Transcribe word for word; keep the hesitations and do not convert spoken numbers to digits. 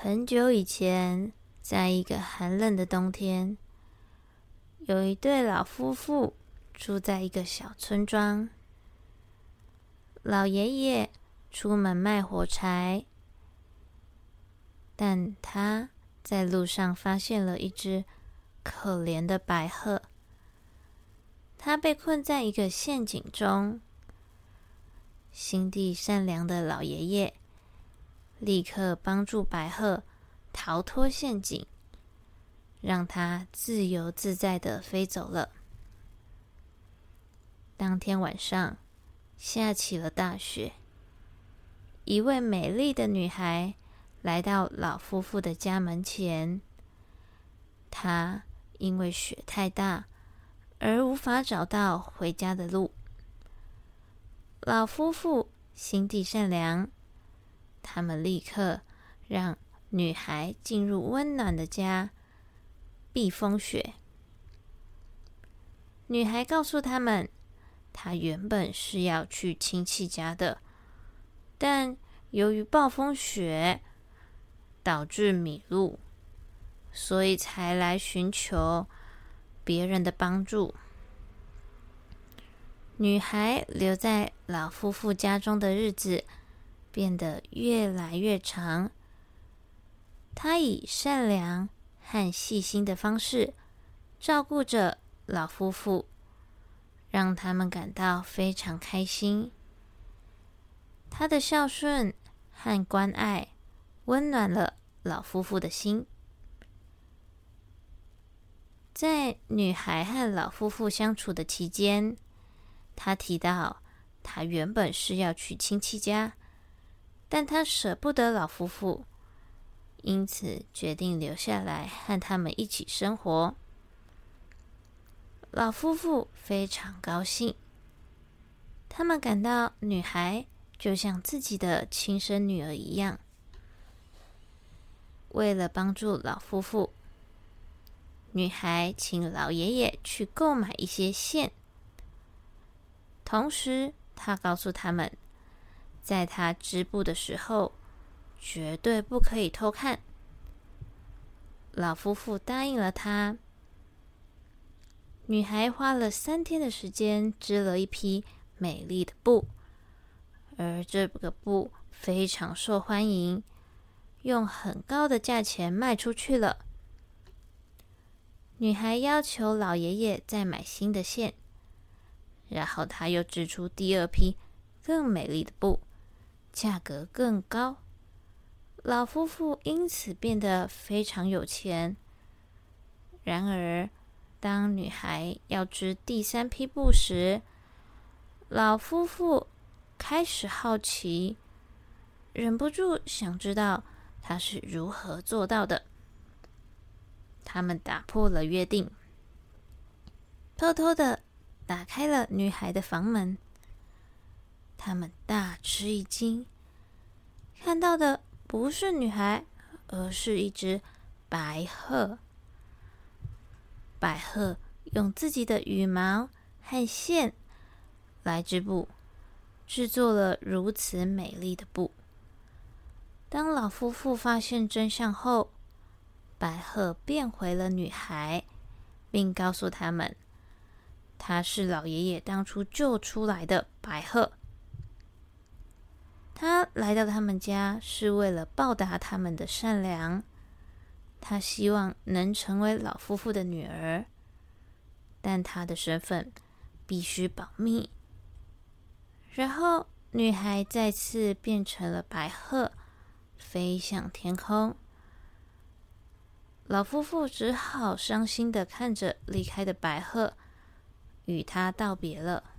很久以前，在一个寒冷的冬天，有一对老夫妇住在一个小村庄。老爷爷出门卖火柴，但他在路上发现了一只可怜的白鹤。他被困在一个陷阱中。心地善良的老爷爷立刻帮助白鹤逃脱陷阱，让它自由自在地飞走了。当天晚上，下起了大雪。一位美丽的女孩来到老夫妇的家门前，她因为雪太大而无法找到回家的路。老夫妇心地善良，他们立刻让女孩进入温暖的家避风雪。女孩告诉他们，她原本是要去亲戚家的，但由于暴风雪导致迷路，所以才来寻求别人的帮助。女孩留在老夫妇家中的日子变得越来越长。她以善良和细心的方式照顾着老夫妇，让他们感到非常开心。她的孝顺和关爱温暖了老夫妇的心。在女孩和老夫妇相处的期间，她提到她原本是要去亲戚家，但她舍不得老夫妇，因此决定留下来和他们一起生活。老夫妇非常高兴，他们感到女孩就像自己的亲生女儿一样。为了帮助老夫妇，女孩请老爷爷去购买一些线，同时她告诉他们，在她织布的时候绝对不可以偷看。老夫妇答应了她。女孩花了三天的时间织了一批美丽的布，而这个布非常受欢迎，用很高的价钱卖出去了。女孩要求老爷爷再买新的线，然后她又织出第二批更美丽的布，价格更高。老夫妇因此变得非常有钱。然而，当女孩要织第三批布时，老夫妇开始好奇，忍不住想知道她是如何做到的。他们打破了约定，偷偷的打开了女孩的房门。他们大吃一惊，看到的不是女孩，而是一只白鹤。白鹤用自己的羽毛和线来织布，制作了如此美丽的布。当老夫妇发现真相后，白鹤变回了女孩，并告诉他们，她是老爷爷当初救出来的白鹤。他来到他们家是为了报答他们的善良，他希望能成为老夫妇的女儿，但他的身份必须保密。然后，女孩再次变成了白鹤，飞向天空。老夫妇只好伤心地看着离开的白鹤，与他道别了。